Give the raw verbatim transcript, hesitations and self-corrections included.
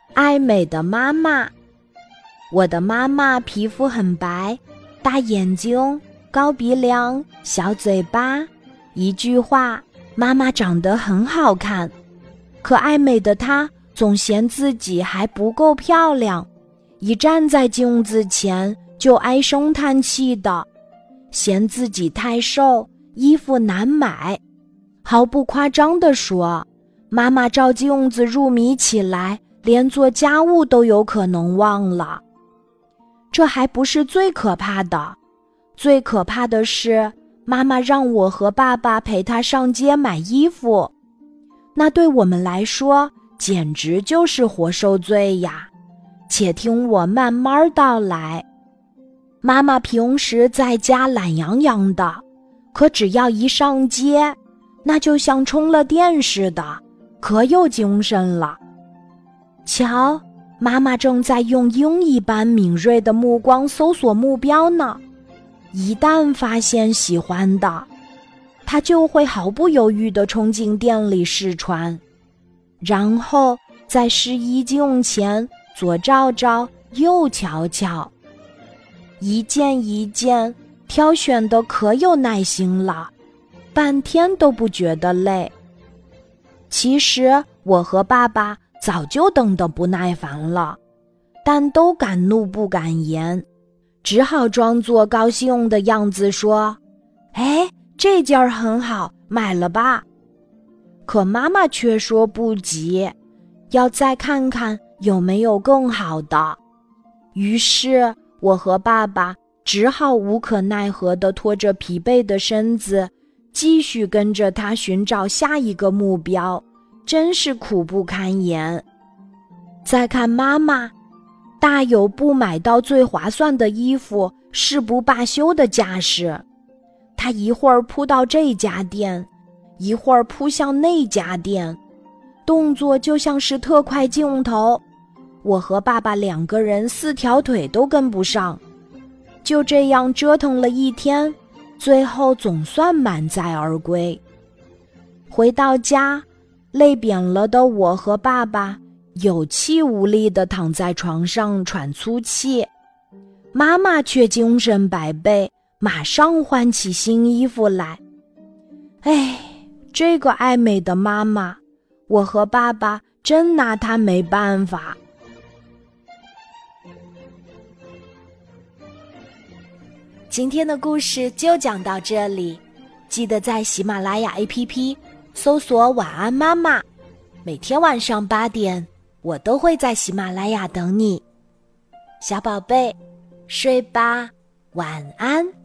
爱美的妈妈。我的妈妈皮肤很白，大眼睛，高鼻梁，小嘴巴，一句话，妈妈长得很好看。可爱美的她总嫌自己还不够漂亮，一站在镜子前就唉声叹气的，嫌自己太瘦，衣服难买。毫不夸张地说，妈妈照镜子入迷起来，连做家务都有可能忘了。这还不是最可怕的，最可怕的是，妈妈让我和爸爸陪她上街买衣服。那对我们来说，简直就是活受罪呀！且听我慢慢道来。妈妈平时在家懒洋洋的，可只要一上街，那就像充了电似的，可有精神了。瞧，妈妈正在用鹰一般敏锐的目光搜索目标呢。一旦发现喜欢的，她就会毫不犹豫地冲进店里试穿，然后在试衣镜前左照照右瞧瞧，一件一件挑选得可有耐心了，半天都不觉得累。其实我和爸爸早就等得不耐烦了，但都敢怒不敢言，只好装作高兴的样子说：哎，这件儿很好，买了吧。可妈妈却说不急，要再看看有没有更好的。于是我和爸爸只好无可奈何地拖着疲惫的身子，继续跟着他寻找下一个目标，真是苦不堪言。再看妈妈，大有不买到最划算的衣服誓不罢休的架势。她一会儿扑到这家店，一会儿扑向那家店，动作就像是特快镜头，我和爸爸两个人四条腿都跟不上。就这样折腾了一天，最后总算满载而归。回到家，累扁了的我和爸爸有气无力地躺在床上喘粗气，妈妈却精神百倍，马上换起新衣服来。哎，这个爱美的妈妈，我和爸爸真拿她没办法。今天的故事就讲到这里，记得在喜马拉雅 A P P 搜索晚安妈妈，每天晚上八点，我都会在喜马拉雅等你。小宝贝，睡吧，晚安。